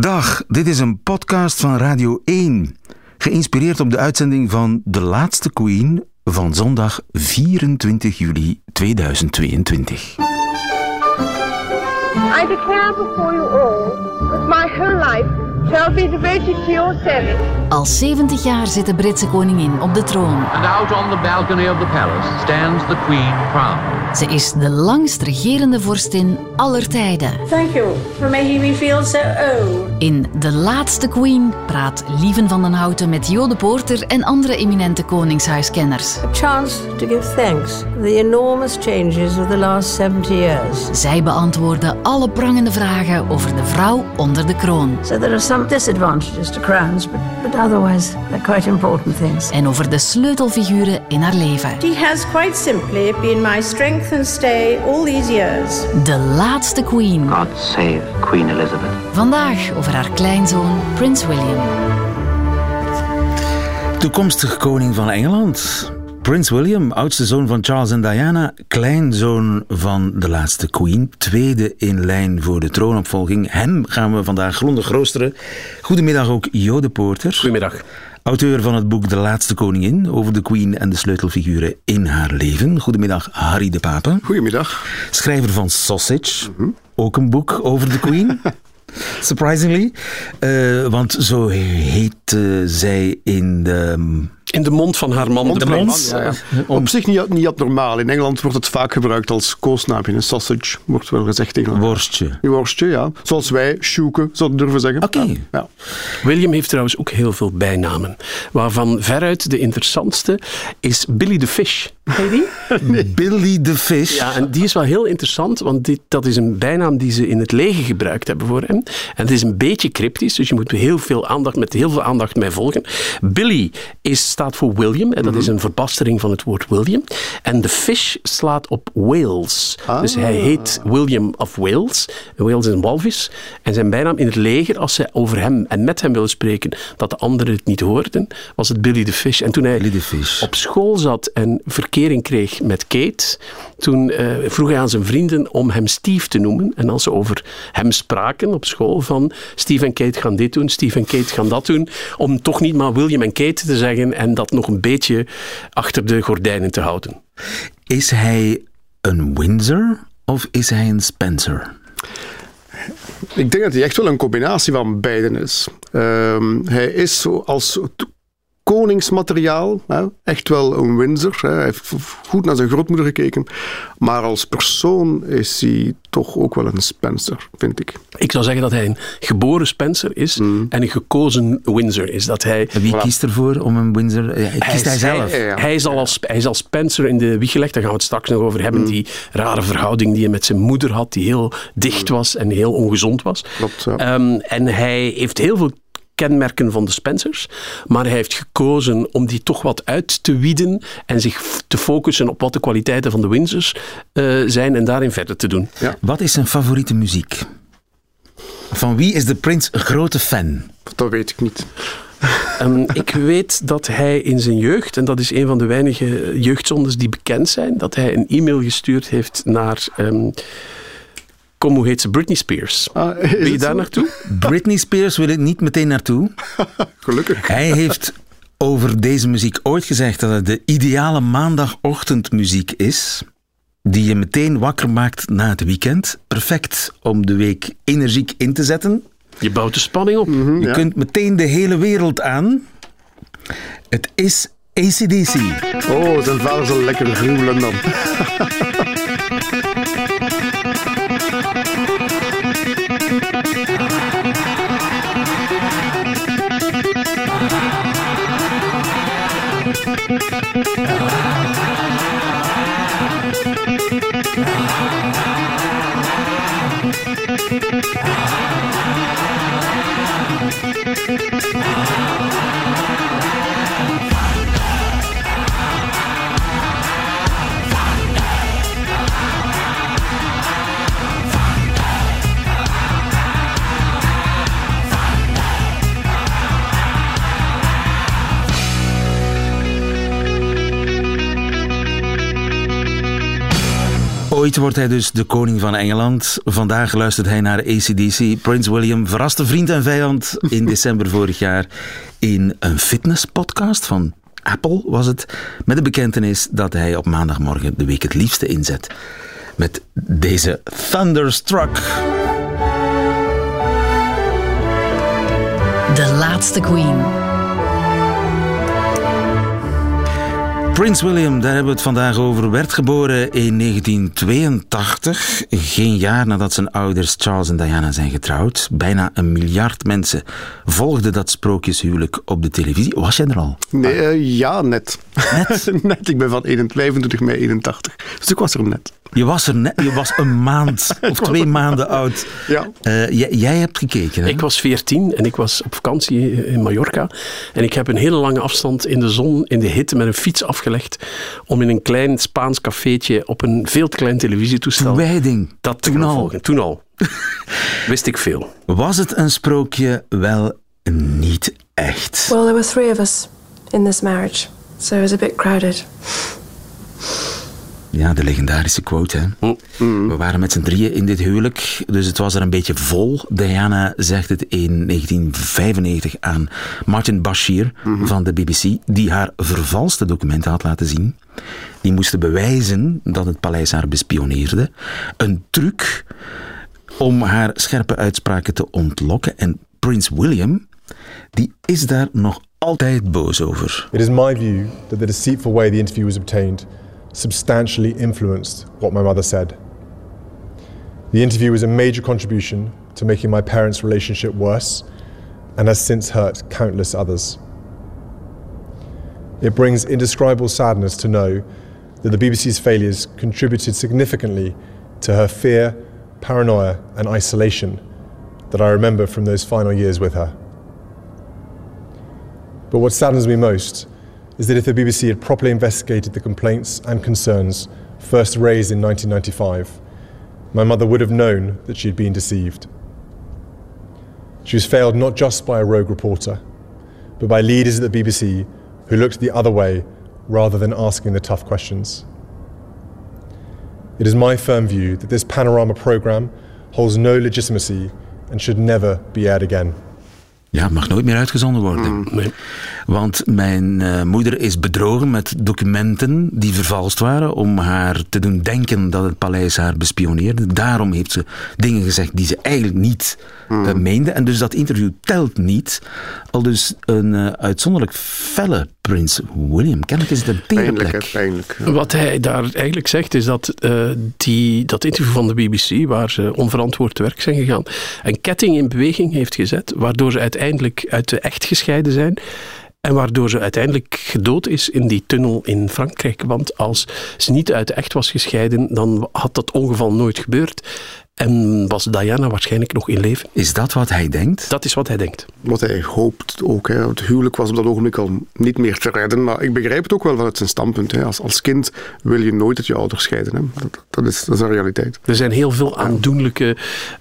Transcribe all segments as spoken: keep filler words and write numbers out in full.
Dag, dit is een podcast van Radio één. Geïnspireerd op de uitzending van De Laatste Queen van zondag vierentwintig juli tweeduizend tweeëntwintig. I declare before you all that my whole life shall be devoted to your service. Al zeventig jaar zit de Britse koningin op de troon. And out on the balcony of the palace stands the Queen crowned. Ze is de langst regerende vorstin aller tijden. Thank you for making me feel so old. In De Laatste Queen praat Lieven van den Houten met Jo de Poorter en andere eminente koningshuiskenners. A chance to give thanks for the enormous changes of the last seventy years. Zij beantwoorden alle prangende vragen over de vrouw onder de kroon. So there are some disadvantages to crowns, but, but otherwise they're quite important things. En over de sleutelfiguren in haar leven. She has quite simply been my strength and stay all these years. De Laatste Queen. God save Queen Elizabeth. Vandaag over haar kleinzoon Prins William. Toekomstig koning van Engeland. Prins William, oudste zoon van Charles en Diana, kleinzoon van de laatste queen, tweede in lijn voor de troonopvolging. Hem gaan we vandaag grondig roosteren. Goedemiddag ook Jo de Poorter. Goedemiddag. Auteur van het boek De Laatste Koningin, over de queen en de sleutelfiguren in haar leven. Goedemiddag Harry de Pape. Goedemiddag. Schrijver van Sausage, mm-hmm. ook een boek over de queen. Surprisingly. Uh, want zo heet uh, zij in de... In de mond van haar man. De, de mond. Ja, ja. Op zich niet, niet abnormaal. In Engeland wordt het vaak gebruikt als koosnaam. In een sausage wordt wel gezegd tegen worstje. Een worstje, ja. Zoals wij sjoeken zouden durven zeggen. Oké. Okay. Ja. William heeft trouwens ook heel veel bijnamen. Waarvan veruit de interessantste is Billy the Fish. Ken je die? Nee. Billy the Fish? Ja, en die is wel heel interessant, want dit, dat is een bijnaam die ze in het leger gebruikt hebben voor hem. En het is een beetje cryptisch, dus je moet heel veel aandacht, met heel veel aandacht mee volgen. Billy is, staat voor William, en dat mm-hmm. is een verbastering van het woord William. En de fish slaat op Wales. Ah. Dus hij heet William of Wales. Wales is een walvis. En zijn bijnaam in het leger, als ze over hem en met hem willen spreken, dat de anderen het niet hoorden, was het Billy the Fish. En toen hij op school zat en verkering kreeg met Kate, toen uh, vroeg hij aan zijn vrienden om hem Steve te noemen. En als ze over hem spraken op school, van Steve en Kate gaan dit doen, Steve en Kate gaan dat doen, om toch niet maar William en Kate te zeggen en dat nog een beetje achter de gordijnen te houden. Is hij een Windsor of is hij een Spencer? Ik denk dat hij echt wel een combinatie van beiden is. Um, hij is zo als koningsmateriaal, hè, echt wel een Windsor. Hè. Hij heeft goed naar zijn grootmoeder gekeken. Maar als persoon is hij toch ook wel een Spencer, vind ik. Ik zou zeggen dat hij een geboren Spencer is mm. en een gekozen Windsor is. Dat hij, Wie voilà. kiest ervoor om een Windsor? Ja, kiest hij, hij zelf? Hij, ja. hij, is al als, hij is als Spencer in de wieg gelegd. Daar gaan we het straks nog over hebben. Mm. Die rare verhouding die hij met zijn moeder had, die heel dicht was en heel ongezond was. Klopt, ja. um, en hij heeft heel veel kenmerken van de Spencers, maar hij heeft gekozen om die toch wat uit te wieden en zich te focussen op wat de kwaliteiten van de Windsors uh, zijn en daarin verder te doen. Ja. Wat is zijn favoriete muziek? Van wie is de prins een grote fan? Dat weet ik niet. Um, ik weet dat hij in zijn jeugd, en dat is een van de weinige jeugdzondes die bekend zijn, dat hij een e-mail gestuurd heeft naar... Um, Kom, hoe heet ze? Britney Spears. Ah, Wil je daar zo? naartoe? Britney Spears wil ik niet meteen naartoe. Gelukkig. Hij heeft over deze muziek ooit gezegd dat het de ideale maandagochtendmuziek is, die je meteen wakker maakt na het weekend. Perfect om de week energiek in te zetten. Je bouwt de spanning op. Mm-hmm, je ja. kunt meteen de hele wereld aan. Het is A C D C. Oh, zijn vader zal lekker gruwelen dan. Ooit wordt hij dus de koning van Engeland. Vandaag luistert hij naar A C D C. Prince William verraste vriend en vijand in december vorig jaar in een fitnesspodcast van Apple was het, met de bekentenis dat hij op maandagmorgen de week het liefste inzet. Met deze Thunderstruck. De laatste Queen. Prince William, daar hebben we het vandaag over, werd geboren in negentien tweeëntachtig. Geen jaar nadat zijn ouders Charles en Diana zijn getrouwd. Bijna een miljard mensen volgden dat sprookjeshuwelijk op de televisie. Was jij er al? Nee, uh, ja, net. Net? net, ik ben van vijfentwintig mei eenentachtig. Dus ik was er net. Je was er net, je was een maand of twee maanden oud. Ja. Uh, jij, jij hebt gekeken, hè? Ik was veertien en ik was op vakantie in Mallorca. En ik heb een hele lange afstand in de zon, in de hitte, met een fiets afgelegd om in een klein Spaans cafeetje op een veel te klein televisietoestel Toewijding. dat te Toen gaan al. volgen. Toen al. Wist ik veel. Was het een sprookje? Wel, niet echt. Well, there were three of us in this marriage, so it was a bit crowded. Ja, de legendarische quote, hè. Mm. We waren met z'n drieën in dit huwelijk, dus het was er een beetje vol. Diana zegt het in negentien vijfennegentig aan Martin Bashir mm-hmm. van de B B C, die haar vervalste documenten had laten zien. Die moesten bewijzen dat het paleis haar bespioneerde. Een truc om haar scherpe uitspraken te ontlokken. En Prins William, die is daar nog altijd boos over. It is my view that the deceitful way the interview was obtained substantially influenced what my mother said. The interview was a major contribution to making my parents' relationship worse and has since hurt countless others. It brings indescribable sadness to know that the B B C's failures contributed significantly to her fear, paranoia and isolation that I remember from those final years with her. But what saddens me most is that if the B B C had properly investigated the complaints and concerns first raised in nineteen ninety-five, my mother would have known that she had been deceived. She was failed not just by a rogue reporter, but by leaders at the B B C who looked the other way rather than asking the tough questions. It is my firm view that this Panorama program holds no legitimacy and should never be aired again. Ja, het mag nooit meer uitgezonden worden. Mm. Nee. Want mijn uh, moeder is bedrogen met documenten die vervalst waren om haar te doen denken dat het paleis haar bespioneerde. Daarom heeft ze dingen gezegd die ze eigenlijk niet mm. uh, meende. En dus dat interview telt niet. Al dus een uh, uitzonderlijk felle Prins William. Kennelijk is het een tegenplek. Pijnlijk, pijnlijk. Ja. Wat hij daar eigenlijk zegt is dat uh, die, dat interview van de B B C, waar ze onverantwoord te werk zijn gegaan, een ketting in beweging heeft gezet, waardoor ze uiteindelijk uit de echt gescheiden zijn. En waardoor ze uiteindelijk gedood is in die tunnel in Frankrijk. Want als ze niet uit de echt was gescheiden, dan had dat ongeval nooit gebeurd. En was Diana waarschijnlijk nog in leven. Is dat wat hij denkt? Dat is wat hij denkt. Wat hij hoopt ook. Hè. Het huwelijk was op dat ogenblik al niet meer te redden. Maar ik begrijp het ook wel vanuit zijn standpunt. Hè. Als, als kind wil je nooit uit je ouders scheiden. Hè. Dat, dat, is, dat is een realiteit. Er zijn heel veel aandoenlijke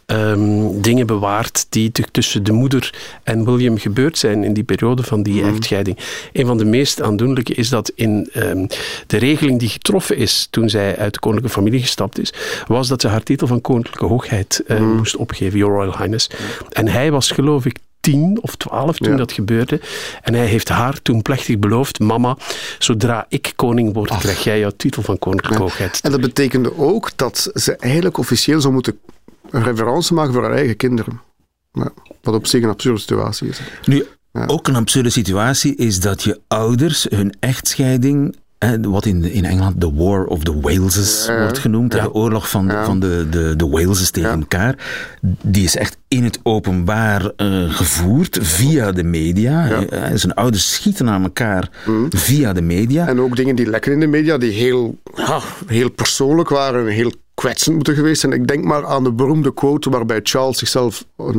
um, dingen bewaard die t- tussen de moeder en William gebeurd zijn in die periode van die mm. echtscheiding. Een van de meest aandoenlijke is dat in um, de regeling die getroffen is toen zij uit de koninklijke familie gestapt is, was dat ze haar titel van koninklijke hoogheid uh, mm. moest opgeven, Your Royal Highness. En hij was geloof ik tien of twaalf toen ja. dat gebeurde. En hij heeft haar toen plechtig beloofd, mama, zodra ik koning word, Ach. krijg jij jouw titel van koninklijke ja. hoogheid. En dat betekende ook dat ze eigenlijk officieel zou moeten een referentie maken voor haar eigen kinderen. Ja, wat op zich een absurde situatie is. Nu, ja. ook een absurde situatie is dat je ouders hun echtscheiding, wat in, in Engeland de War of the Waleses ja, wordt genoemd, ja. de oorlog van, ja. van de, de, de Waleses tegen ja. elkaar, die is echt in het openbaar uh, gevoerd via de media. Ja. Uh, zijn ouders schieten aan elkaar mm. via de media. En ook dingen die lekker in de media, die heel, ja, heel persoonlijk waren, heel kwetsend moeten geweest zijn. Ik denk maar aan de beroemde quote waarbij Charles zichzelf een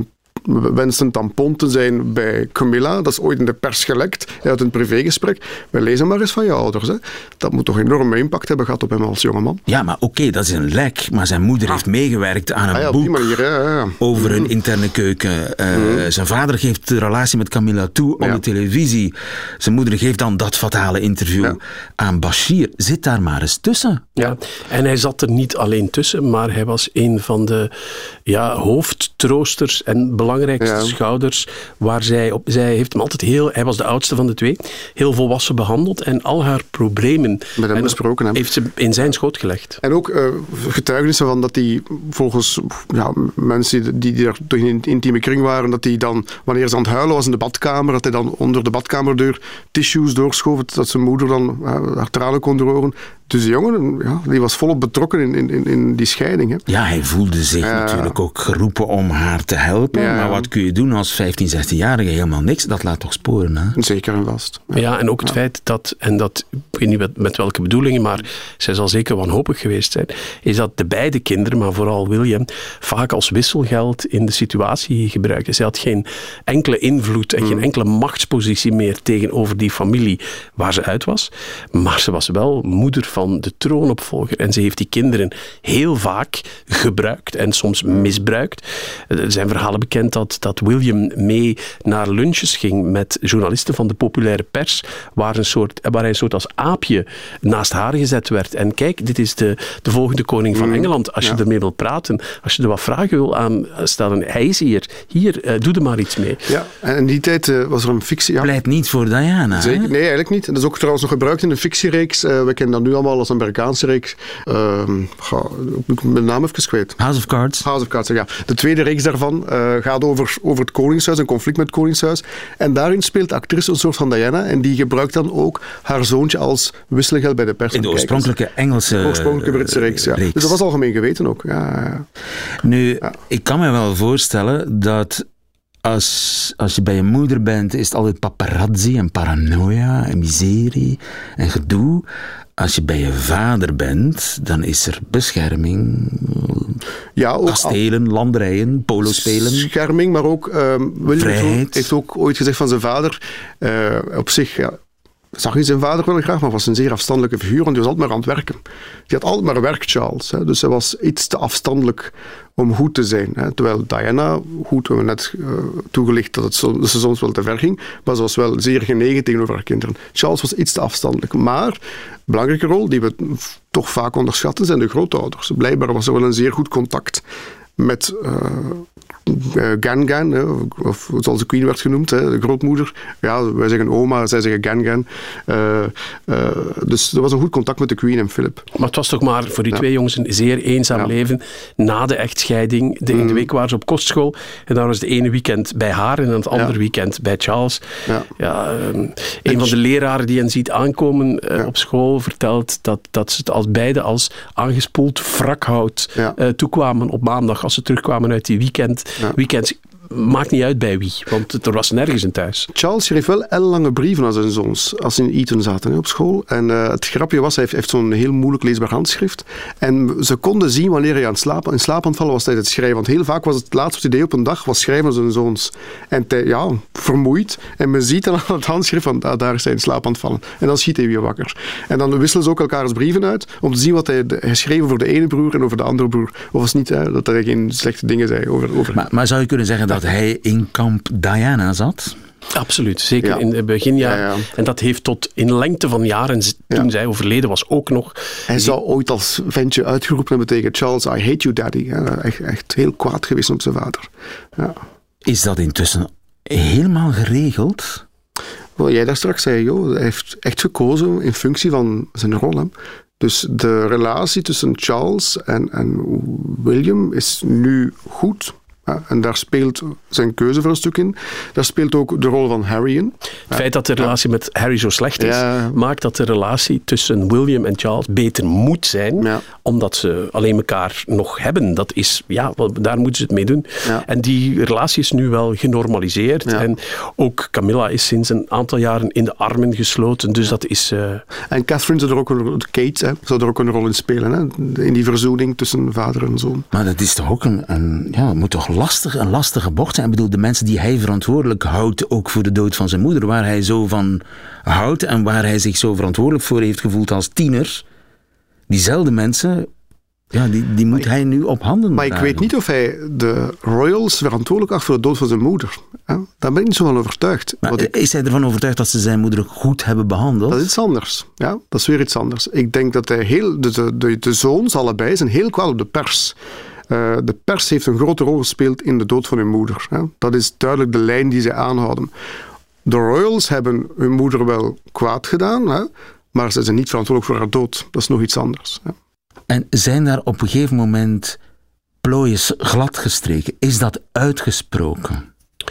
wensen tampon te zijn bij Camilla. Dat is ooit in de pers gelekt, uit een privégesprek. We lezen maar eens van je ouders. Hè. Dat moet toch een enorme impact hebben gehad op hem als jongeman. Ja, maar oké, okay, dat is een lek. Maar zijn moeder ah. heeft meegewerkt aan een ah, ja, boek manier, ja, ja. over hun interne keuken. Uh, mm. Zijn vader geeft de relatie met Camilla toe op ja. de televisie. Zijn moeder geeft dan dat fatale interview ja. aan Bashir. Zit daar maar eens tussen. Ja, en hij zat er niet alleen tussen, maar hij was een van de ja, hoofdtroosters en belangrijkste ja. schouders waar zij op... Zij heeft hem altijd heel... Hij was de oudste van de twee. Heel volwassen behandeld en al haar problemen met hem besproken, heeft ze in zijn schoot gelegd. En ook uh, getuigenissen van dat hij volgens ja, mensen die, die er toch in een intieme kring waren, dat hij dan, wanneer ze aan het huilen was in de badkamer, dat hij dan onder de badkamerdeur tissues doorschoof, dat zijn moeder dan uh, haar tranen kon doorhoren. Dus de jongen, ja, die was volop betrokken in, in, in die scheiding. Hè. Ja, hij voelde zich uh, natuurlijk ook geroepen om haar te helpen. Ja, maar wat kun je doen als vijftien, zestienjarige? Helemaal niks. Dat laat toch sporen, hè? Zeker en vast. Ja, ja en ook het ja. feit dat, en dat, ik weet niet met, met welke bedoelingen, maar zij zal zeker wanhopig geweest zijn, is dat de beide kinderen, maar vooral William, vaak als wisselgeld in de situatie gebruikten. Zij had geen enkele invloed en mm. geen enkele machtspositie meer tegenover die familie waar ze uit was. Maar ze was wel moeder van de troonopvolger. En ze heeft die kinderen heel vaak gebruikt en soms misbruikt. Er zijn verhalen bekend dat, dat William mee naar lunches ging met journalisten van de populaire pers, waar, een soort, waar hij een soort als aapje naast haar gezet werd. En kijk, dit is de, de volgende koning van Engeland. Als je ja. ermee wilt praten, als je er wat vragen wil aan stellen, hij is hier. Hier, uh, doe er maar iets mee. Ja, en in die tijd uh, was er een fictie... Ja. Pleit niet voor Diana. Zeker, nee, eigenlijk niet. En dat is ook trouwens nog gebruikt in een fictiereeks. Uh, we kennen dat nu allemaal als een Amerikaanse reeks. Uh, ga, ik ben de naam even kwijt. House of Cards. House of Cards, ja. De tweede reeks daarvan uh, gaat over, over het Koningshuis, een conflict met het Koningshuis. En daarin speelt de actrice een soort van Diana. En die gebruikt dan ook haar zoontje als wisselgeld bij de pers. In de oorspronkelijke Engelse... De oorspronkelijke Britse reeks, ja. Reeks. Dus dat was algemeen geweten ook. Ja, ja. Nu, ja. ik kan me wel voorstellen dat... Als, als je bij je moeder bent, is het altijd paparazzi en paranoia en miserie en gedoe. Als je bij je vader bent, dan is er bescherming, ja, ook kastelen, landerijen, polospelen. Bescherming, maar ook... Uh, William heeft ook ooit gezegd van zijn vader, uh, op zich... Ja, zag hij zijn vader wel graag, maar was een zeer afstandelijke figuur, want hij was altijd maar aan het werken. Die had altijd maar werk, Charles. Hè, dus hij was iets te afstandelijk om goed te zijn. Hè. Terwijl Diana, goed, we hebben net uh, toegelicht dat, het zo, dat ze soms wel te ver ging, maar ze was wel zeer genegen tegenover haar kinderen. Charles was iets te afstandelijk. Maar, een belangrijke rol, die we toch vaak onderschatten, zijn de grootouders. Blijkbaar was er wel een zeer goed contact met... Uh, Uh, Gan-Gan, hè, of zoals de Queen werd genoemd, hè, de grootmoeder. Ja, wij zeggen oma, zij zeggen Gan-Gan. Uh, uh, dus er was een goed contact met de Queen en Philip. Maar het was toch maar voor die ja. twee jongens een zeer eenzaam ja. leven. Na de echtscheiding, de ene mm. week waren ze op kostschool en dan was het ene weekend bij haar en het andere ja. weekend bij Charles. Ja. Ja, um, een van de leraren die hen ziet aankomen uh, ja. op school vertelt dat, dat ze het als beide als aangespoeld wrakhout ja. uh, toekwamen op maandag als ze terugkwamen uit die weekend. Ja. Weekends, maakt niet uit bij wie, want er was nergens in thuis. Charles schreef wel ellenlange brieven aan zijn zoons, als ze in Eton zaten hè, op school. En uh, het grapje was, hij heeft, heeft zo'n heel moeilijk leesbaar handschrift. En ze konden zien wanneer hij aan het slapen, in slaap aan het vallen was tijdens het schrijven. Want heel vaak was het laatste wat hij deed op een dag, was schrijven aan zijn zoons. En te, ja, vermoeid. En men ziet dan aan het handschrift van, ah, daar is hij in slaap aan het vallen. En dan schiet hij weer wakker. En dan wisselen ze ook elkaars brieven uit, om te zien wat hij, hij schreef over de ene broer en over de andere broer. Of was niet hè, dat hij geen slechte dingen zei over... over maar, maar zou je kunnen zeggen dat hij in kamp Diana zat? Absoluut, zeker ja. in de beginjaren. Ja, ja. En dat heeft tot in lengte van jaren, toen ja. zij overleden was, ook nog... Hij zou ooit als ventje uitgeroepen hebben tegen Charles, I hate you daddy. Ja, echt, echt heel kwaad geweest op zijn vader. Ja. Is dat intussen helemaal geregeld? Wel, jij daar straks zei, joh, hij heeft echt gekozen in functie van zijn rol. Hè. Dus de relatie tussen Charles en, en William is nu goed. Ja, en daar speelt zijn keuze voor een stuk in. Daar speelt ook de rol van Harry in. Het ja. feit dat de relatie ja. met Harry zo slecht is, ja. maakt dat de relatie tussen William en Charles beter moet zijn, ja. omdat ze alleen elkaar nog hebben. Dat is, ja, daar moeten ze het mee doen. Ja. En die relatie is nu wel genormaliseerd. Ja. En ook Camilla is sinds een aantal jaren in de armen gesloten. Dus ja. dat is... Uh... En Catherine zou er ook een, Kate, hè, zou er ook een rol in spelen. Hè, in die verzoening tussen vader en zoon. Maar dat is toch ook een... een ja, het moet toch lastig, een lastige bocht zijn. Ik bedoel, de mensen die hij verantwoordelijk houdt, ook voor de dood van zijn moeder, waar hij zo van houdt en waar hij zich zo verantwoordelijk voor heeft gevoeld als tiener, diezelfde mensen, ja, die, die moet hij nu op handen Maar dragen. ik weet niet of hij de royals verantwoordelijk acht voor de dood van zijn moeder. Hè? Daar ben ik niet zo van overtuigd. Maar ik, is hij ervan overtuigd dat ze zijn moeder goed hebben behandeld? Dat is iets anders. Ja, dat is weer iets anders. Ik denk dat hij heel, de, de, de zoons allebei zijn heel kwaad op de pers. Uh, de pers heeft een grote rol gespeeld in de dood van hun moeder. Hè? Dat is duidelijk de lijn die zij aanhouden. De royals hebben hun moeder wel kwaad gedaan, hè? Maar ze zijn niet verantwoordelijk voor haar dood. Dat is nog iets anders. Hè? En zijn daar op een gegeven moment plooiens gladgestreken? Is dat uitgesproken?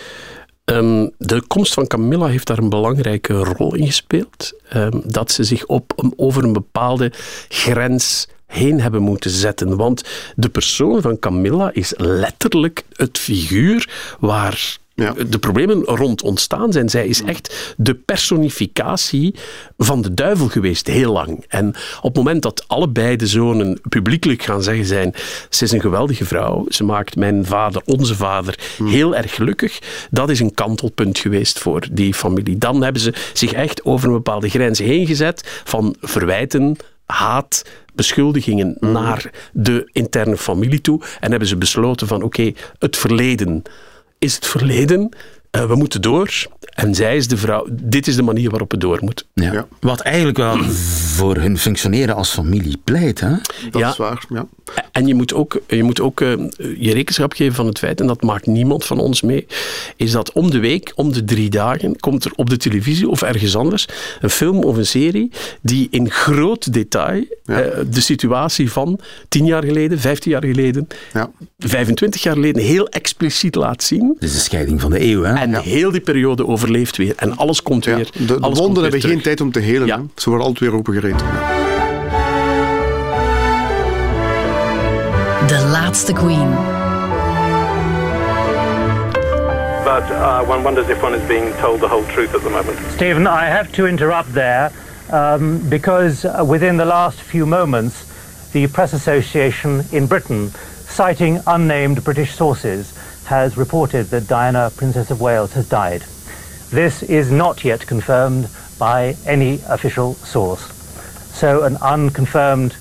Um, de komst van Camilla heeft daar een belangrijke rol in gespeeld. Um, dat ze zich op, um, over een bepaalde grens heen hebben moeten zetten. Want de persoon van Camilla is letterlijk het figuur waar ja. de problemen rond ontstaan zijn. Zij is echt de personificatie van de duivel geweest, heel lang. En op het moment dat allebei de zonen publiekelijk gaan zeggen zijn, ze is een geweldige vrouw, ze maakt mijn vader, onze vader, heel erg gelukkig, dat is een kantelpunt geweest voor die familie. Dan hebben ze zich echt over een bepaalde grens heen gezet van verwijten, haat, beschuldigingen mm. naar de interne familie toe en hebben ze besloten van oké, okay, het verleden is het verleden, uh, we moeten door en zij is de vrouw, dit is de manier waarop we door moeten. Ja. Ja. Wat eigenlijk wel voor hun functioneren als familie pleit, hè? Dat ja. is waar, ja. En je moet ook, je, moet ook uh, je rekenschap geven van het feit, en dat maakt niemand van ons mee, is dat om de week, om de drie dagen, komt er op de televisie of ergens anders een film of een serie die in groot detail ja. uh, de situatie van tien jaar geleden, vijftien jaar geleden, ja. vijfentwintig jaar geleden heel expliciet laat zien. Het is de scheiding van de eeuw, hè? En ja. heel die periode overleeft weer. En alles komt ja. weer. De, de alles wonden hebben terug. geen tijd om te helen. Ja. Ze worden altijd weer opengereten. De laatste Queen. But uh, one wonders if one is being told the whole truth at the moment. Stephen, I have to interrupt there um, because uh, within the last few moments, the Press Association in Britain, citing unnamed British sources, has reported that Diana, Princess of Wales, has died. This is not yet confirmed by any official source. So an unconfirmed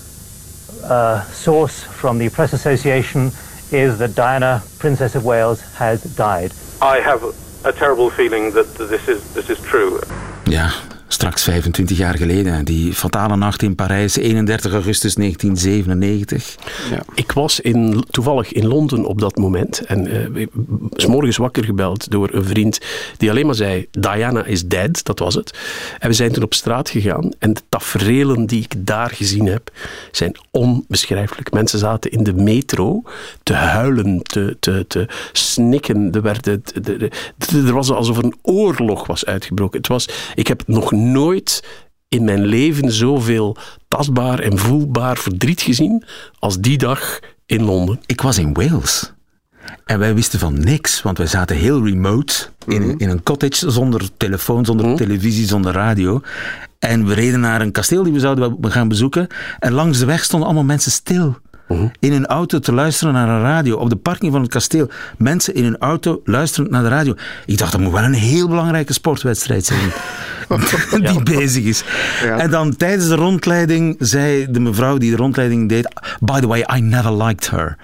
uh, source from the Press Association is that Diana, Princess of Wales, has died. I have a terrible feeling that this is, this is true. Ja, straks vijfentwintig jaar geleden. Die fatale nacht in Parijs, eenendertig augustus negentien zevenennegentig. Ja. Ik was in, toevallig in Londen op dat moment. En uh, 's morgens wakker gebeld door een vriend die alleen maar zei, Diana is dead, dat was het. En we zijn toen op straat gegaan. En de taferelen die ik daar gezien heb, zijn onbeschrijfelijk. Mensen zaten in de metro te huilen, te, te, te snikken. Er, werden, de, de, de, er was alsof er een oorlog was uitgebroken. Het was, ik heb nog nooit in mijn leven zoveel tastbaar en voelbaar verdriet gezien als die dag in Londen. Ik was in Wales en wij wisten van niks, want wij zaten heel remote in, mm-hmm. in een cottage zonder telefoon, zonder mm-hmm. televisie, zonder radio. En we reden naar een kasteel die we zouden gaan bezoeken en langs de weg stonden allemaal mensen stil. Uh-huh. In een auto te luisteren naar een radio. Op de parking van het kasteel. Mensen in een auto luisterend naar de radio. Ik dacht, dat moet wel een heel belangrijke sportwedstrijd zijn. die ja. bezig is. Ja. En dan tijdens de rondleiding zei de mevrouw die de rondleiding deed, by the way, I never liked her.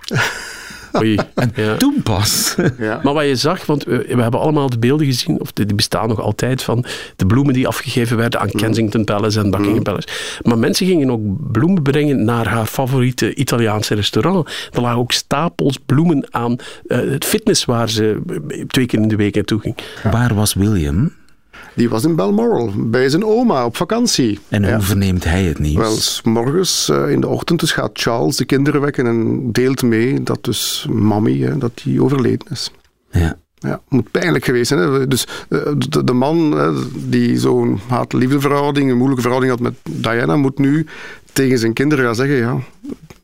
Oei. En ja. toen pas. Ja. Maar wat je zag, want we, we hebben allemaal de beelden gezien, of die bestaan nog altijd, van de bloemen die afgegeven werden aan Kensington Palace en Buckingham Palace. Maar mensen gingen ook bloemen brengen naar haar favoriete Italiaanse restaurant. Er lagen ook stapels bloemen aan uh, het fitness waar ze twee keer in de week naartoe ging. Waar was William? Die was in Balmoral, bij zijn oma, op vakantie. En hoe ja. verneemt hij het nieuws? Wel, 's morgens uh, in de ochtend dus gaat Charles de kinderen wekken en deelt mee dat dus Mammy, uh, dat die overleden is. Ja. Ja, moet pijnlijk geweest zijn. Hè? Dus uh, de, de man uh, die zo'n haat-liefde verhouding, een moeilijke verhouding had met Diana, moet nu tegen zijn kinderen gaan zeggen, ja,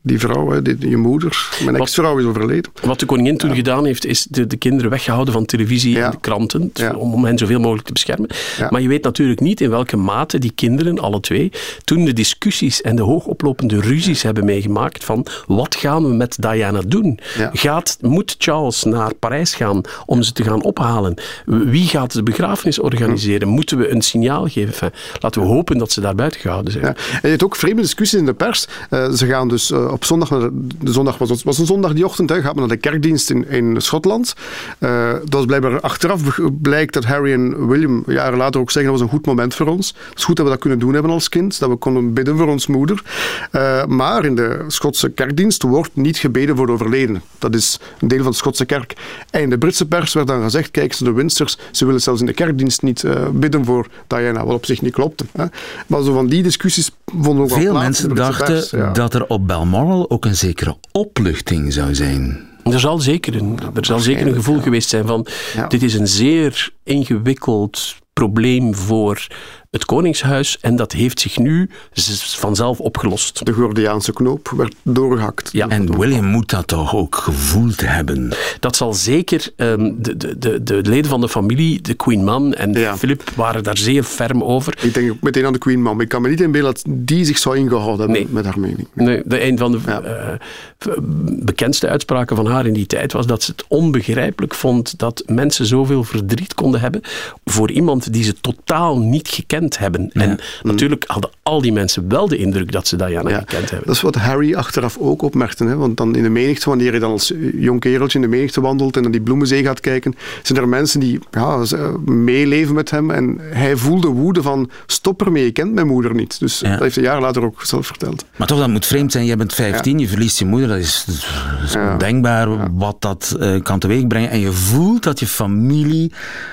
die vrouw, hè, die, die, je moeder, mijn wat, ex-vrouw is overleden. Wat de koningin toen ja. gedaan heeft, is de, de kinderen weggehouden van televisie ja. en de kranten, ja. om, om hen zoveel mogelijk te beschermen. Ja. Maar je weet natuurlijk niet in welke mate die kinderen, alle twee, toen de discussies en de hoogoplopende ruzies hebben meegemaakt van wat gaan we met Diana doen? Ja. Gaat, moet Charles naar Parijs gaan om ze te gaan ophalen? Wie gaat de begrafenis organiseren? Hm. Moeten we een signaal geven? Enfin, laten we hopen dat ze daar buiten gehouden zijn. Ja. En je hebt ook vreemde discussies in de pers. Uh, ze gaan dus uh, op zondag, naar de, de zondag was, was een zondag die ochtend, hè, gaat men naar de kerkdienst in, in Schotland. Uh, dat was blijkbaar achteraf blijkt dat Harry en William jaren later ook zeggen dat was een goed moment voor ons. Het is goed dat we dat kunnen doen hebben als kind, dat we konden bidden voor ons moeder. Uh, maar in de Schotse kerkdienst wordt niet gebeden voor de overledene. Dat is een deel van de Schotse kerk. En in de Britse pers werd dan gezegd, kijk, ze de Windsors, ze willen zelfs in de kerkdienst niet uh, bidden voor Diana, wat op zich niet klopte. Hè. Maar zo van die discussies vonden ook veel al mensen dachten pers, ja. dat er op Balmoral ook een zekere opluchting zou zijn. Er zal zeker een, er zal zeker een gevoel ja. geweest zijn van ja. dit is een zeer ingewikkeld probleem voor het Koningshuis en dat heeft zich nu vanzelf opgelost. De Gordiaanse knoop werd doorgehakt. Ja. En William moet dat toch ook gevoeld hebben? Dat zal zeker. Um, de, de, de, de leden van de familie, de Queen Mum en ja. Philip, waren daar zeer ferm over. Ik denk ook meteen aan de Queen Mum. Ik kan me niet inbeelden dat die zich zou ingehouden hebben nee. met haar mening. Nee, de, een van de ja. uh, bekendste uitspraken van haar in die tijd was dat ze het onbegrijpelijk vond dat mensen zoveel verdriet konden hebben voor iemand die ze totaal niet gekend hebben. Ja. En natuurlijk hadden al die mensen wel de indruk dat ze Diana ja. gekend hebben. Dat is wat Harry achteraf ook opmerkte. Hè? Want dan in de menigte, wanneer hij dan als jong kereltje in de menigte wandelt en naar die bloemenzee gaat kijken, zijn er mensen die ja, meeleven met hem. En hij voelde woede van, stop ermee, je kent mijn moeder niet. Dus ja. dat heeft hij jaren later ook zelf verteld. Maar toch, dat moet vreemd zijn. Je bent vijftien, ja. je verliest je moeder. Dat is, dat is ja. ondenkbaar ja. wat dat uh, kan teweegbrengen. En je voelt dat je familie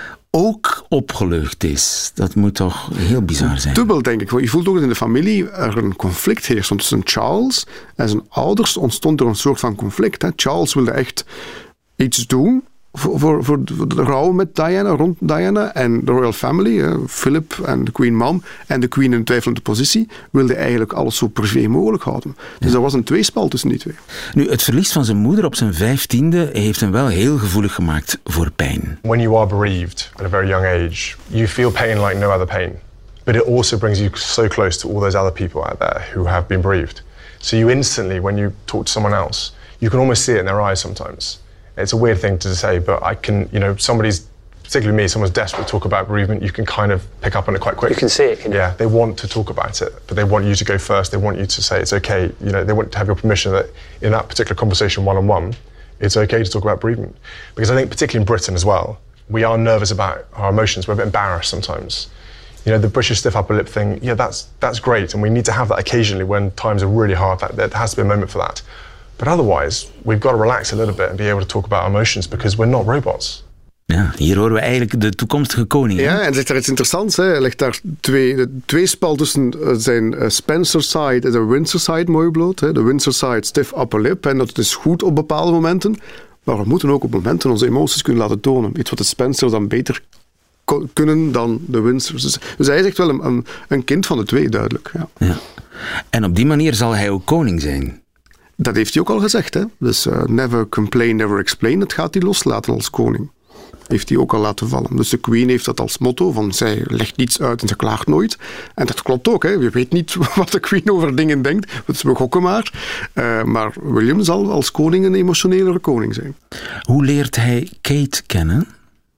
ook opgelucht is. Dat moet toch heel bizar zijn. Dubbel, denk ik. Je voelt ook dat in de familie er een conflict heerst. Want tussen Charles en zijn ouders ontstond er een soort van conflict. Hè. Charles wilde echt iets doen voor, voor, voor de rouw met Diana, rond Diana. En de royal family, hè, Philip en de Queen Mum en de Queen in een twijfelende positie, wilde eigenlijk alles zo privé mogelijk houden. Dus ja. er was een tweespal tussen die twee. Nu, het verlies van zijn moeder op zijn vijftiende heeft hem wel heel gevoelig gemaakt voor pijn. When you are bereaved at a very young age, you feel pain like no other pain. But it also brings you so close to all those other people out there who have been bereaved. So you instantly, when you talk to someone else, you can almost see it in their eyes sometimes. It's a weird thing to say, but I can, you know, somebody's, particularly me, someone's desperate to talk about bereavement, you can kind of pick up on it quite quick. You can see it, can you? Yeah, they want to talk about it, but they want you to go first, they want you to say it's okay, you know, they want to have your permission that in that particular conversation one-on-one, it's okay to talk about bereavement. Because I think particularly in Britain as well, we are nervous about our emotions, we're a bit embarrassed sometimes. You know, the British stiff upper lip thing, yeah, that's that's great, and we need to have that occasionally when times are really hard, that, there has to be a moment for that. But otherwise, we've got to relax a little bit and be able to talk about emotions because we're not robots. Ja, hier horen we eigenlijk de toekomstige koning. Ja, en zegt daar iets interessants. Hè. Hij legt daar twee, de tweespal tussen zijn Spencer side en de Windsor side mooi bloot. Hè. De Windsor side, stiff upper lip. En dat is goed op bepaalde momenten. Maar we moeten ook op momenten onze emoties kunnen laten tonen. Iets wat de Spencer dan beter ko- kunnen dan de Windsors. Dus, dus hij is echt wel een, een, een kind van de twee, duidelijk. Ja. Ja. En op die manier zal hij ook koning zijn. Dat heeft hij ook al gezegd. Hè? Dus uh, never complain, never explain. Dat gaat hij loslaten als koning. Heeft hij ook al laten vallen. Dus de Queen heeft dat als motto, van zij legt niets uit en ze klaagt nooit. En dat klopt ook. Hè. Je weet niet wat de Queen over dingen denkt. Dus we gokken maar. Uh, maar William zal als koning een emotionelere koning zijn. Hoe leert hij Kate kennen?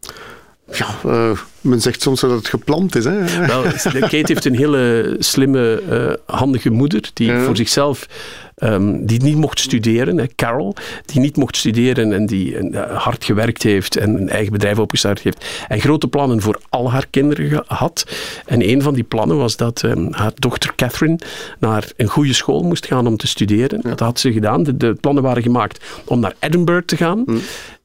Ja, uh, men zegt soms dat het gepland is. Hè? Wel, Kate heeft een hele slimme, uh, handige moeder die ja. voor zichzelf um, die niet mocht studeren. Hè, Carol, die niet mocht studeren en die uh, hard gewerkt heeft en een eigen bedrijf opgestart heeft en grote plannen voor al haar kinderen had. En een van die plannen was dat um, haar dochter Catherine naar een goede school moest gaan om te studeren. Ja. Dat had ze gedaan. De, de plannen waren gemaakt om naar Edinburgh te gaan. Hm.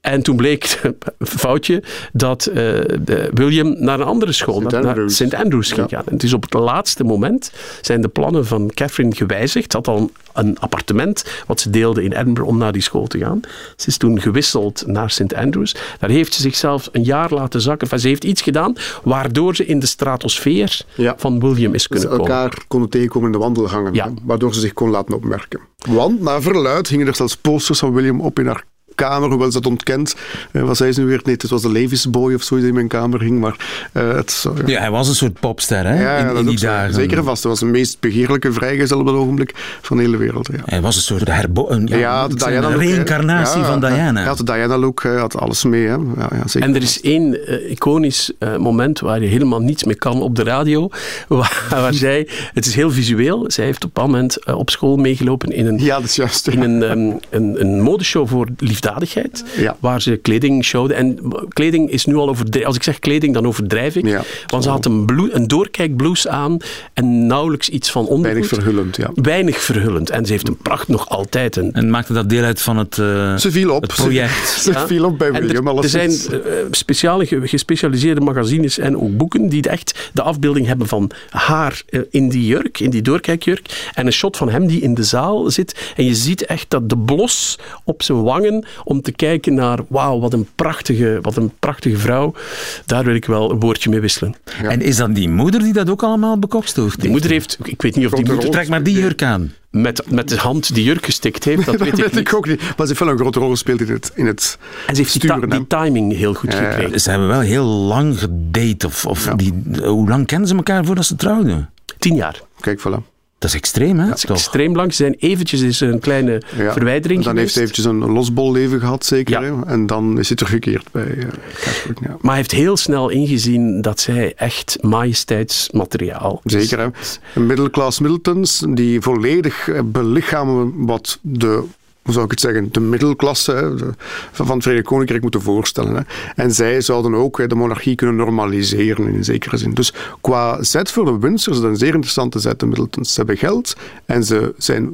En toen bleek, foutje, dat uh, de William naar een andere school, Saint naar, Andrews. naar Saint Andrews ging Ja. gaan. En het is op het laatste moment zijn de plannen van Catherine gewijzigd. Ze had al een, een appartement wat ze deelde in Edinburgh om naar die school te gaan. Ze is toen gewisseld naar Saint Andrews. Daar heeft ze zichzelf een jaar laten zakken. Enfin, ze heeft iets gedaan waardoor ze in de stratosfeer Ja. van William is kunnen Ze komen. elkaar konden tegenkomen in de wandelgangen, Ja. hè, waardoor ze zich kon laten opmerken. Want naar verluid hingen er zelfs posters van William op in haar kamer, hoewel ze dat ontkent. Uh, wat zei ze nu weer? Nee, het was de Levis Boy of zo die in mijn kamer hing, maar uh, het zo, ja. Ja, hij was een soort popster, hè? Ja, ja, in, dat in die ook zo. dagen. Zeker en vast. Hij was de meest begeerlijke vrijgezel op dat ogenblik van de hele wereld. Ja. Hij was een soort herbo- een, ja, Ja, de een Diana-look, hè. reïncarnatie Ja, van ja. Diana. Hij had de Diana-look, hij had alles mee. Hè. Ja, ja, zeker. En er is één uh, iconisch uh, moment waar je helemaal niets mee kan op de radio, waar, waar zij, het is heel visueel, zij heeft op een bepaald moment uh, op school meegelopen in een, ja, dat is juist. in een, um, een, een modeshow voor liefdadigheid, Ja. waar ze kleding showde. En kleding is nu al overdreven. Als ik zeg kleding, dan overdrijf ik. Ja. Want ze had een, blue, een doorkijkblouse aan en nauwelijks iets van ondergoed. Weinig verhullend, ja. Weinig verhullend. En ze heeft een pracht nog altijd. Een, En maakte dat deel uit van het, uh, Ze viel op. het project. Ze, ze Ja. viel op bij En William. Er, er zijn alleszins. uh, speciale ge- gespecialiseerde magazines en ook boeken die echt de afbeelding hebben van haar uh, in die jurk, in die doorkijkjurk, en een shot van hem die in de zaal zit. En je ziet echt dat de blos op zijn wangen om te kijken naar, wauw, wat een prachtige, wat een prachtige vrouw. Daar wil ik wel een woordje mee wisselen. Ja. En is dat die moeder die dat ook allemaal bekokstoofd Die moeder heeft, ik weet niet of die Grote moeder Trek maar die jurk aan. met, met de hand die jurk gestikt heeft, dat dat weet ik weet niet. ik ook niet. Maar ze heeft wel een grote rol gespeeld in het, in het En ze heeft die, ta- sturen. die timing heel goed Ja, ja. gekregen. Ze hebben wel heel lang gedate. Of, of Ja. die, hoe lang kennen ze elkaar voordat ze trouwden? Tien jaar. Kijk, voilà. Dat is extreem, hè? Dat is Toch? extreem lang. Ze zijn eventjes is er een kleine Ja. verwijdering Dan heeft geweest. hij eventjes een losbol leven gehad, zeker. Ja. Hè? En dan is hij teruggekeerd bij uh, Catherine. Ja. Maar hij heeft heel snel ingezien dat zij echt majesteitsmateriaal is. Zeker, hè. Een middelklas Middletons die volledig eh, belichamen wat de, hoe zou ik het zeggen, de middelklasse hè, de, van het Verenigd Koninkrijk moeten voorstellen. Hè. En zij zouden ook hè, de monarchie kunnen normaliseren in een zekere zin. Dus qua zet voor de Windsors is dat een zeer interessante zet, de Middletons. Ze hebben geld en ze zijn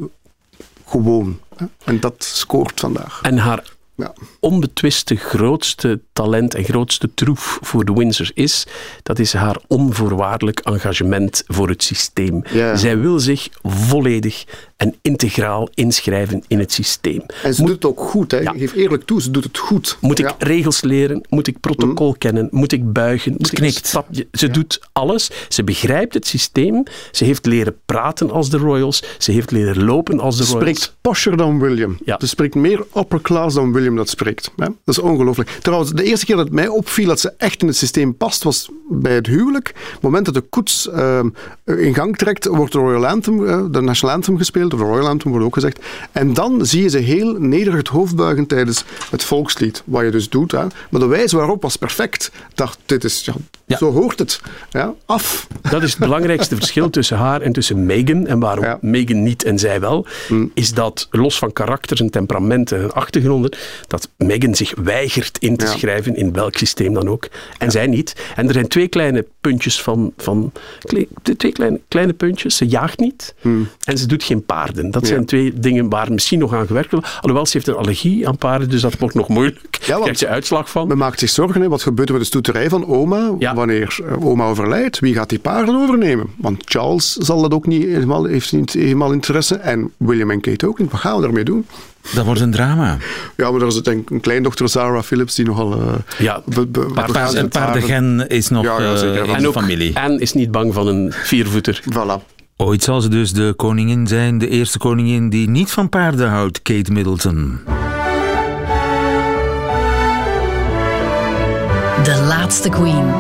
gewoon. Hè. En dat scoort vandaag. En haar Ja. onbetwiste grootste talent en grootste troef voor de Windsors is, dat is haar onvoorwaardelijk engagement voor het systeem. Ja. Zij wil zich volledig en integraal inschrijven in het systeem. En ze Moet- doet het ook goed. Hè. Ja. Ik geef eerlijk toe, ze doet het goed. Moet ik Ja. regels leren? Moet ik protocol kennen? Moet ik buigen? Moet ik een knikt. stapje? Ze doet alles. Ze begrijpt het systeem. Ze heeft leren praten als de royals. Ze heeft leren lopen als de Ze royals. spreekt posher dan William. Ja. Ze spreekt meer upper class dan William dat spreekt. Hè? Dat is ongelooflijk. Trouwens, de eerste keer dat het mij opviel dat ze echt in het systeem past, was bij het huwelijk. Op het moment dat de koets uh, in gang trekt, wordt de Royal Anthem, uh, de National Anthem gespeeld, of de Royal Anthem wordt ook gezegd. En dan zie je ze heel nederig het hoofd buigen tijdens het volkslied. Wat je dus doet. Hè? Maar de wijze waarop was perfect. Ik dacht, dit is, ja, Ja. zo hoort het. Ja? Af. Dat is het belangrijkste verschil tussen haar en tussen Meghan. En waarom Ja. Meghan niet en zij wel, Mm. is dat los van karakters en temperamenten en achtergronden, dat Meghan zich weigert in te Ja. schrijven in welk systeem dan ook. En zij niet. En er zijn twee kleine puntjes van... van kle- twee kleine, kleine puntjes. Ze jaagt niet Mm. en ze doet geen paarden. Dat Ja. zijn twee dingen waar misschien nog aan gewerkt wordt. Alhoewel, ze heeft een allergie aan paarden, dus dat wordt nog moeilijk. Daar want- krijgt ze uitslag van. Men maakt zich zorgen, hè. Wat gebeurt er met de stoeterij van oma? Ja. Wanneer uh, oma overlijdt, wie gaat die paarden overnemen? Want Charles zal dat ook niet helemaal, heeft niet helemaal interesse. En William en Kate ook niet. Wat gaan we daarmee doen? Dat wordt een drama. Ja, maar er is denk ik een kleindochter Sarah Phillips die nogal... Uh, Ja, be, be, paard- begaan is En met paarden. paardengen is nog Ja, ja, eh, zeker. in En de ook familie. Anne is niet bang van een viervoeter. Voilà. Ooit zal ze dus de koningin zijn, de eerste koningin die niet van paarden houdt, Kate Middleton. De laatste queen.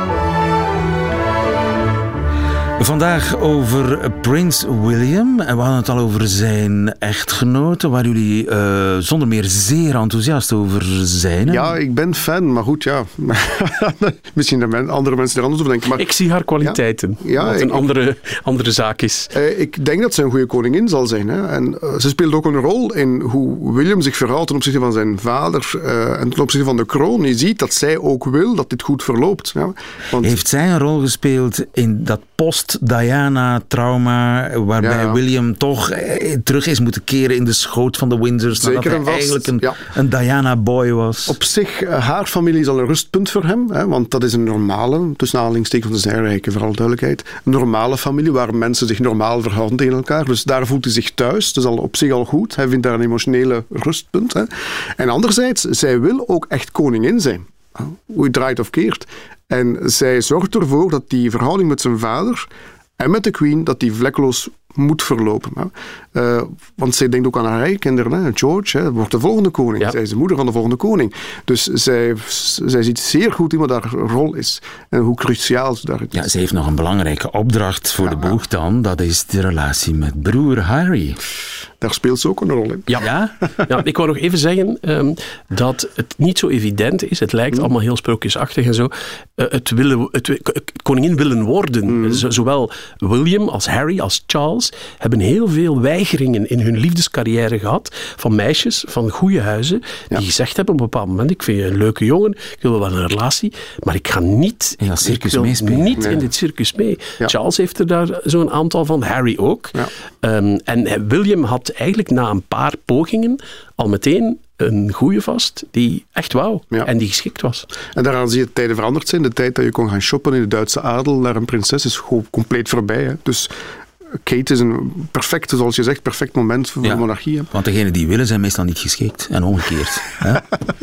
Vandaag over Prins William. En we hadden het al over zijn echtgenote, waar jullie uh, zonder meer zeer enthousiast over zijn. Hè? Ja, ik ben fan, maar goed, ja. Misschien dat men, andere mensen er anders over denken. Maar Ik zie haar kwaliteiten. Ja, Ja, wat ik- een andere, andere zaak is. Uh, ik denk dat ze een goede koningin zal zijn. Hè. En uh, ze speelt ook een rol in hoe William zich verhoudt ten opzichte van zijn vader uh, en ten opzichte van de kroon. Je ziet dat zij ook wil dat dit goed verloopt. Ja. Want, Heeft zij een rol gespeeld in dat post post-Diana-trauma, waarbij Ja. William toch eh, terug is moeten keren in de schoot van de Windsors, Zeker nadat en hij vast, eigenlijk een, ja. een Diana-boy was. Op zich, uh, haar familie is al een rustpunt voor hem, hè, want dat is een normale, tussen aanhalingstekens, want dat zijn rijken, voor alle duidelijkheid, een normale familie waar mensen zich normaal verhouden tegen elkaar. Dus daar voelt hij zich thuis. Dat is al op zich al goed. Hij vindt daar een emotionele rustpunt. Hè. En anderzijds, zij wil ook echt koningin zijn. Hoe je draait of keert. En zij zorgt ervoor dat die verhouding met zijn vader en met de queen, dat die vlekkeloos moet verlopen. Hè. Uh, want zij denkt ook aan haar eigen kinderen. Hè. George hè, wordt de volgende koning. Ja. Zij is de moeder van de volgende koning. Dus zij, zij ziet zeer goed in wat haar rol is. En hoe cruciaal ze daar is. Ja, ze heeft nog een belangrijke opdracht voor ja, de boeg dan. Dat is de relatie met broer Harry. Daar speelt ze ook een rol in. Ja, ja? ja ik wou nog even zeggen um, dat het niet zo evident is. Het lijkt mm. allemaal heel sprookjesachtig en zo. Uh, het, willen, het, het koningin willen worden. Mm. Z- zowel William als Harry als Charles hebben heel veel weigeringen in hun liefdescarrière gehad van meisjes van goede huizen die ja. gezegd hebben op een bepaald moment: ik vind je een leuke jongen, ik wil wel een relatie, maar ik ga niet, ja, circus ik meespelen. niet nee. in dit circus mee. Ja. Charles heeft er daar zo'n aantal van, Harry ook. Ja. Um, en William had eigenlijk na een paar pogingen al meteen een goeie vast die echt wou ja. en die geschikt was. En daaraan zie je dat tijden veranderd zijn. De tijd dat je kon gaan shoppen in de Duitse adel naar een prinses is gewoon compleet voorbij. Hè. Dus Kate is een perfect, zoals je zegt, perfect moment voor ja, de monarchie. Hè. Want degenen die willen zijn meestal niet geschikt. En omgekeerd. Hè?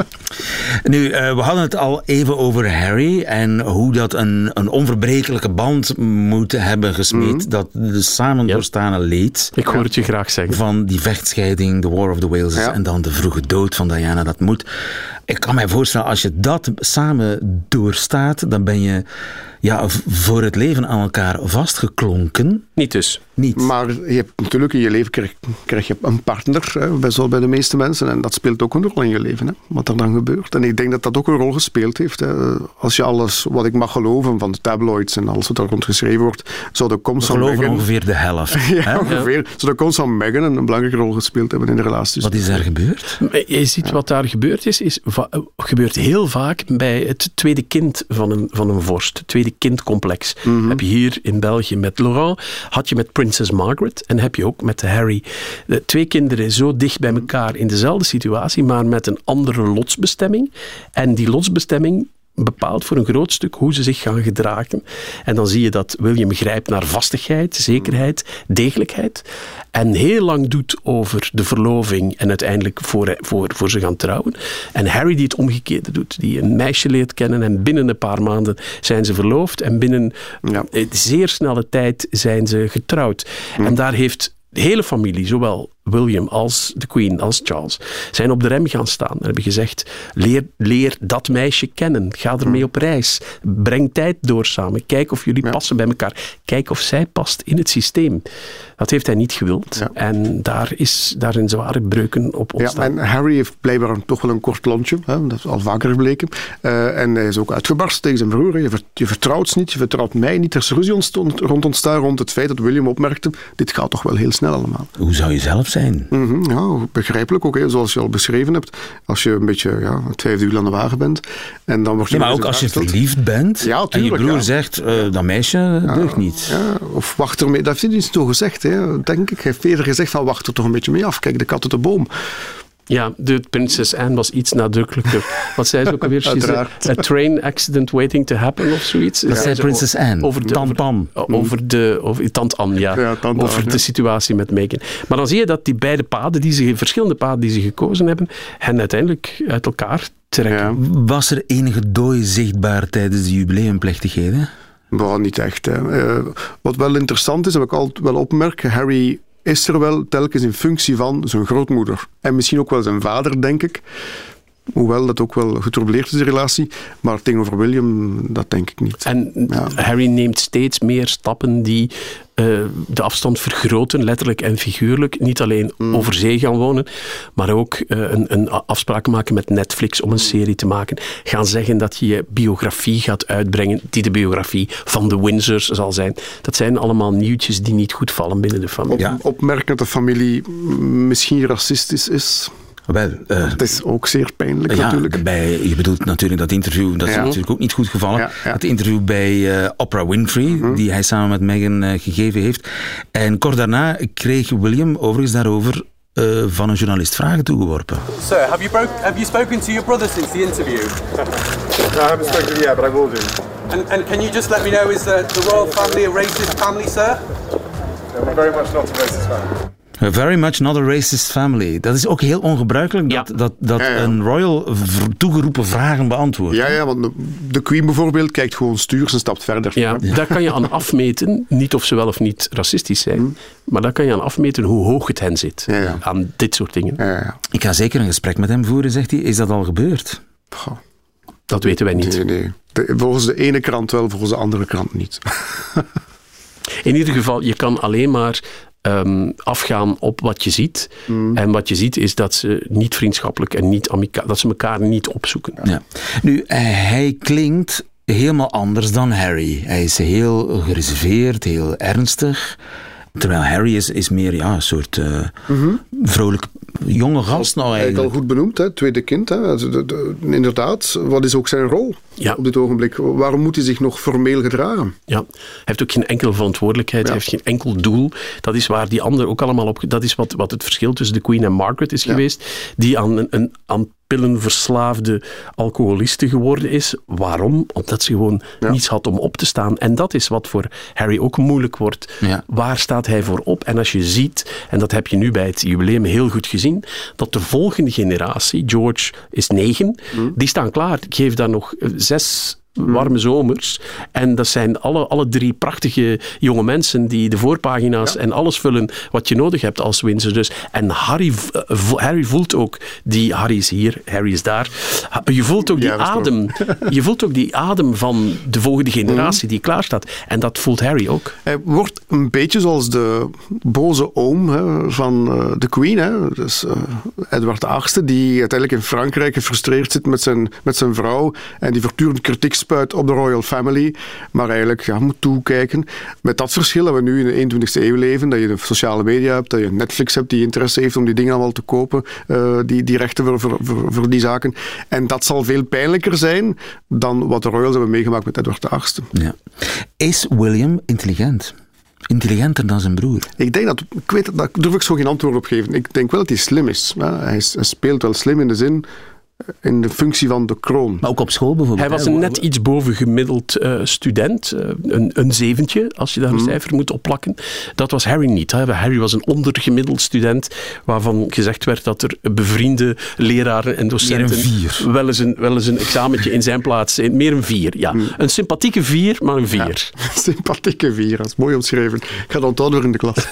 Nu, uh, we hadden het al even over Harry en hoe dat een, een onverbrekelijke band moet hebben gesmeed. Mm-hmm. Dat de samen doorstane leed. Ik hoor het je graag zeggen. Van die vechtscheiding, de War of the Wales ja. en dan de vroege dood van Diana. Dat moet. Ik kan mij voorstellen, als je dat samen doorstaat, dan ben je ja, voor het leven aan elkaar vastgeklonken. Niet dus. Niet. Maar je hebt natuurlijk in je leven krijg, krijg je een partner, hè, best wel bij de meeste mensen. En dat speelt ook een rol in je leven, hè, wat er dan gebeurt. En ik denk dat dat ook een rol gespeeld heeft. Hè. Als je alles, wat ik mag geloven van de tabloids en alles wat er rond geschreven wordt, zou de komst van geloven Meghan... ongeveer de helft. ja, hè? ongeveer. Ja. Zou de komst van Meghan een belangrijke rol gespeeld hebben in de relatie. Wat is daar gebeurd? Je ziet wat daar gebeurd is, is va- gebeurt heel vaak bij het tweede kind van een, van een vorst. Het tweede kindcomplex. Mm-hmm. Heb je hier in België met Laurent, had je met Prinses Margaret en heb je ook met Harry. De twee kinderen zo dicht bij elkaar in dezelfde situatie, maar met een andere lotsbestemming. En die lotsbestemming bepaalt voor een groot stuk hoe ze zich gaan gedragen. En dan zie je dat William grijpt naar vastigheid, zekerheid, degelijkheid. En heel lang doet over de verloving en uiteindelijk voor, voor, voor ze gaan trouwen. En Harry die het omgekeerde doet. Die een meisje leert kennen en binnen een paar maanden zijn ze verloofd. En binnen ja. zeer snelle tijd zijn ze getrouwd. Ja. En daar heeft de hele familie, zowel William als de Queen, als Charles, zijn op de rem gaan staan. En hebben gezegd, leer, leer dat meisje kennen. Ga ermee op reis. Breng tijd door samen. Kijk of jullie ja. passen bij elkaar. Kijk of zij past in het systeem. Dat heeft hij niet gewild. Ja. En daar, is, daar zijn zware breuken op ontstaan. Ja, en Harry heeft blijkbaar toch wel een kort lontje. Hè? Dat is al vaker gebleken. Uh, en hij is ook uitgebarst tegen zijn broer. Je, vert, je vertrouwt ze niet, je vertrouwt mij niet. Er is ruzie ontstond, rond ontstaan rond het feit dat William opmerkte, dit gaat toch wel heel snel allemaal. Hoe zou je zelf zijn? Mm-hmm, ja, begrijpelijk ook, hè, zoals je al beschreven hebt. Als je een beetje ja, het vijfde wiel aan de wagen bent. En dan word je ja, maar ook als je verliefd bent ja, tuurlijk, en je broer ja. zegt, uh, dat meisje ja, deugt niet. Ja, of wacht ermee, dat heeft hij niet zo gezegd. Hè, denk ik. Hij heeft eerder gezegd van wacht er toch een beetje mee af. Kijk, de kat uit de boom. Ja, de prinses Anne was iets nadrukkelijker. Wat zei ze ook alweer? She's a, a train accident waiting to happen of zoiets. Dat zei prinses Anne. Over de, Tant Anne. Over, over de, over, Tant Anne, ja. ja tant over Anne, de ja. situatie met Meghan. Maar dan zie je dat die beide paden, die ze, verschillende paden die ze gekozen hebben, hen uiteindelijk uit elkaar trekken. Ja. Was er enige dooi zichtbaar tijdens de jubileumplechtigheden? Nou, niet echt. Hè. Uh, wat wel interessant is, en wat ik altijd wel opmerk, Harry is er wel telkens in functie van zijn grootmoeder. En misschien ook wel zijn vader, denk ik. Hoewel dat ook wel getroubleerd is, de relatie. Maar tegenover William, dat denk ik niet. En ja. Harry neemt steeds meer stappen die uh, de afstand vergroten, letterlijk en figuurlijk. Niet alleen mm. over zee gaan wonen, maar ook uh, een, een afspraak maken met Netflix om een serie te maken. Gaan zeggen dat je je biografie gaat uitbrengen, die de biografie van de Windsors zal zijn. Dat zijn allemaal nieuwtjes die niet goed vallen binnen de familie. Op, ja. Opmerken dat de familie misschien racistisch is. Wel, uh, het is ook zeer pijnlijk ja, natuurlijk. Bij, je bedoelt natuurlijk dat interview, dat is ja. natuurlijk ook niet goed gevallen. Ja, ja. Het interview bij uh, Oprah Winfrey, mm-hmm. die hij samen met Meghan uh, gegeven heeft. En kort daarna kreeg William overigens daarover uh, van een journalist vragen toegeworpen. Sir, have you, broke, have you spoken to your brother since the interview? No, I haven't spoken to him yet, but I will do. And, and can you just let me know, is the, the royal family a racist family, sir? No, we're very much not a racist family. Very much not a racist family. Dat is ook heel ongebruikelijk dat, ja. dat, dat ja, ja. een royal v- toegeroepen vragen beantwoordt. Ja, ja, want de Queen bijvoorbeeld kijkt gewoon stuurs en stapt verder. Ja, ja. Daar kan je aan afmeten, niet of ze wel of niet racistisch zijn, hmm. maar daar kan je aan afmeten hoe hoog het hen zit. Ja, ja. Aan dit soort dingen. Ja, ja. Ik ga zeker een gesprek met hem voeren, zegt hij. Is dat al gebeurd? Goh. Dat weten wij niet. Nee, nee. De, volgens de ene krant wel, volgens de andere krant niet. In ieder geval, je kan alleen maar Um, afgaan op wat je ziet. Mm. En wat je ziet is dat ze niet vriendschappelijk en niet amicaal, dat ze elkaar niet opzoeken. Ja. Nu, uh, hij klinkt helemaal anders dan Harry. Hij is heel gereserveerd, heel ernstig. Terwijl Harry is, is meer ja, een soort uh, mm-hmm. vrolijk jonge gast nou eigenlijk. Al goed benoemd, hè? Tweede kind. Hè? De, de, de, inderdaad, wat is ook zijn rol ja. op dit ogenblik? Waarom moet hij zich nog formeel gedragen? Ja, hij heeft ook geen enkele verantwoordelijkheid, ja. hij heeft geen enkel doel. Dat is waar die anderen ook allemaal op... Dat is wat, wat het verschil tussen de Queen en Margaret is ja. geweest. Die aan, een, een, aan pillenverslaafde alcoholiste geworden is. Waarom? Omdat ze gewoon ja. niets had om op te staan. En dat is wat voor Harry ook moeilijk wordt. Ja. Waar staat hij voor op? En als je ziet, en dat heb je nu bij het jubileum heel goed gezien, dat de volgende generatie, George is negen, mm. die staan klaar. Ik geef daar nog zes warme zomers. En dat zijn alle, alle drie prachtige jonge mensen die de voorpagina's ja. en alles vullen wat je nodig hebt als Windsor. Dus. En Harry, vo, Harry voelt ook die... Harry is hier, Harry is daar. Je voelt ook die ja, adem. Je voelt ook die adem van de volgende generatie mm. die klaar staat. En dat voelt Harry ook. Hij wordt een beetje zoals de boze oom hè, van uh, de Queen. Hè. Dus, uh, Edward de achtste, die uiteindelijk in Frankrijk gefrustreerd zit met zijn, met zijn vrouw en die voortdurend kritiek spuit op de royal family, maar eigenlijk ja, moet toekijken. Met dat verschil dat we nu in de eenentwintigste eeuw leven, dat je de sociale media hebt, dat je Netflix hebt die interesse heeft om die dingen allemaal te kopen, uh, die, die rechten voor, voor, voor, voor die zaken. En dat zal veel pijnlijker zijn dan wat de royals hebben meegemaakt met Edward de achtste. Ja. Is William intelligent? Intelligenter dan zijn broer? Ik denk dat, ik weet, daar durf ik zo geen antwoord op geven. Ik denk wel dat hij slim is. Ja, hij, hij speelt wel slim in de zin in de functie van de kroon. Maar ook op school bijvoorbeeld. Hij was een net iets bovengemiddeld uh, student. Uh, een, een zeventje, als je daar een mm. cijfer moet opplakken. Dat was Harry niet. Hè. Harry was een ondergemiddeld student, waarvan gezegd werd dat er bevriende leraren en docenten vier. Wel, eens een, wel eens een examentje in zijn plaats. Meer een vier, ja. Mm. Een sympathieke vier, maar een vier. Ja, sympathieke vier, dat is mooi omschreven. Ik ga dat onthouden in de klas.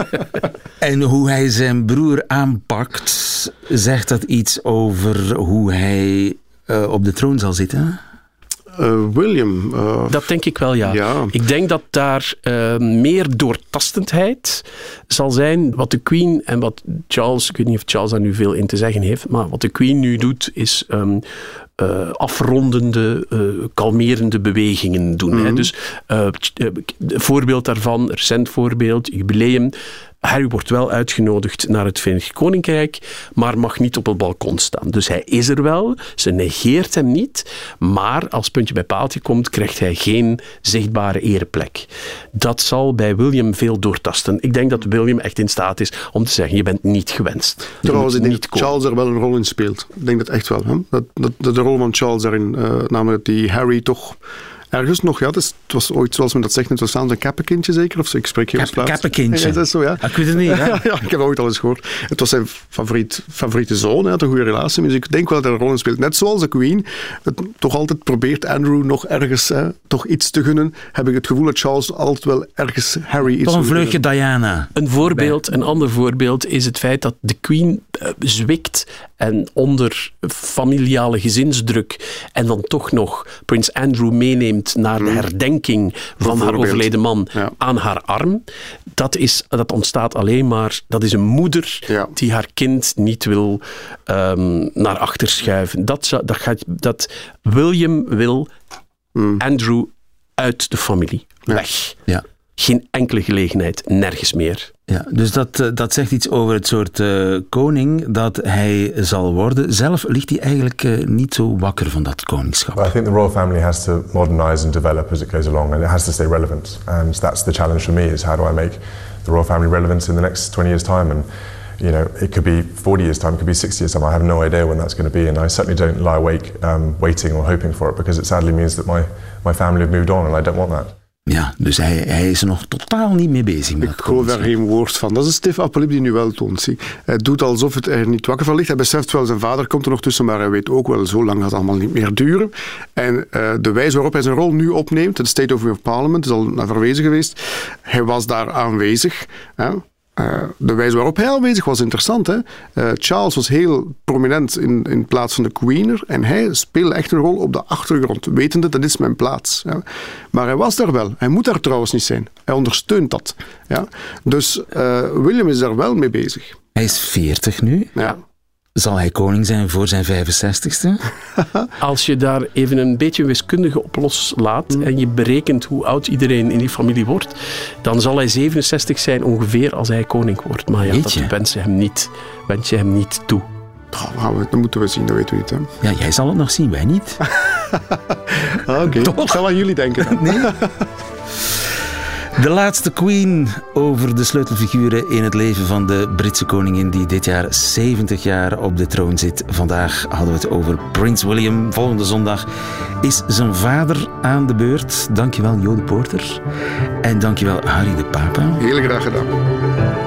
En hoe hij zijn broer aanpakt, zegt dat iets over hoe hoe hij uh, op de troon zal zitten? Uh, William. Uh, dat denk ik wel, ja. ja. Ik denk dat daar uh, meer doortastendheid zal zijn. Wat de Queen en wat Charles, ik weet niet of Charles daar nu veel in te zeggen heeft, maar wat de Queen nu doet, is um, uh, afrondende, uh, kalmerende bewegingen doen. Mm-hmm. Hè. Dus uh, voorbeeld daarvan, recent voorbeeld, jubileum. Harry wordt wel uitgenodigd naar het Verenigd Koninkrijk, maar mag niet op het balkon staan. Dus hij is er wel, ze negeert hem niet, maar als puntje bij paaltje komt, krijgt hij geen zichtbare ereplek. Dat zal bij William veel doortasten. Ik denk dat William echt in staat is om te zeggen, je bent niet gewenst. Trouwens, ik denk dat Charles er wel een rol in speelt. Ik denk dat echt wel. Hè? Dat, dat, dat de rol van Charles daarin, uh, namelijk die Harry toch... Ergens nog, ja, het was ooit, zoals men dat zegt, het was een kappenkindje zeker, of zo, ik spreek heel Kap, plaats. Kappenkindje. Ja, dat is zo, ja. Ik weet het niet, hè? Ja, ja, ik heb het ooit al eens gehoord. Het was zijn favoriet, favoriete zoon, hij had een goede relatie mee, dus ik denk wel dat hij een rol in speelt. Net zoals de Queen, het toch altijd probeert Andrew nog ergens hè, toch iets te gunnen, heb ik het gevoel dat Charles altijd wel ergens Harry iets toch een vleugje Diana. Een voorbeeld, een ander voorbeeld is het feit dat de Queen uh, zwikt en onder familiale gezinsdruk en dan toch nog Prins Andrew meeneemt naar de herdenking van haar overleden man ja. aan haar arm. Dat, is, dat ontstaat alleen maar... Dat is een moeder ja. die haar kind niet wil um, naar achter schuiven. Dat, zou, dat, gaat, dat William wil mm. Andrew uit de familie weg. Ja. geen enkele gelegenheid, nergens meer. Ja, dus dat, dat zegt iets over het soort uh, koning dat hij zal worden. Zelf ligt hij eigenlijk uh, niet zo wakker van dat koningschap. Well, I think the royal family has to modernize and develop as it goes along, and it has to stay relevant. And that's the challenge for me: is how do I make the royal family relevant in the next twenty years' time? And you know, it could be forty years' time, it could be sixty years' time. I have no idea when that's going to be, and I certainly don't lie awake um, waiting or hoping for it, because it sadly means that my my family have moved on, and I don't want that. Ja, dus hij, hij is er nog totaal niet mee bezig. Met ik geloof daar geen woord van. Dat is een stiff upper lip die nu wel toont. Zie. Hij doet alsof het er niet wakker van ligt. Hij beseft wel, zijn vader komt er nog tussen, maar hij weet ook wel, zo lang gaat het allemaal niet meer duren. En uh, de wijze waarop hij zijn rol nu opneemt, de State of Parliament, is al naar verwezen geweest. Hij was daar aanwezig. Hè? Uh, de wijze waarop hij aanwezig was interessant. Hè? Uh, Charles was heel prominent in, in plaats van de Queen en hij speelde echt een rol op de achtergrond, wetende dat is mijn plaats. Ja? Maar hij was daar wel. Hij moet daar trouwens niet zijn. Hij ondersteunt dat. Ja? Dus uh, William is daar wel mee bezig. Hij is veertig nu. Ja. Zal hij koning zijn voor zijn vijfenzestigste? Als je daar even een beetje wiskundige op loslaat mm. en je berekent hoe oud iedereen in die familie wordt, dan zal hij zevenenzestig zijn ongeveer als hij koning wordt. Maar ja, Jeetje. dat wens je hem niet, wens je hem niet toe. Oh, dat moeten we zien, dat weten we niet. Hè? Ja, jij zal het nog zien, wij niet. Oké, okay. Ik zal aan jullie denken dan. Nee? De laatste Queen over de sleutelfiguren in het leven van de Britse koningin die dit jaar zeventig jaar op de troon zit. Vandaag hadden we het over Prins William. Volgende zondag is zijn vader aan de beurt. Dankjewel Jo de Poorter. En dankjewel Harry de Papa. Heel graag gedaan.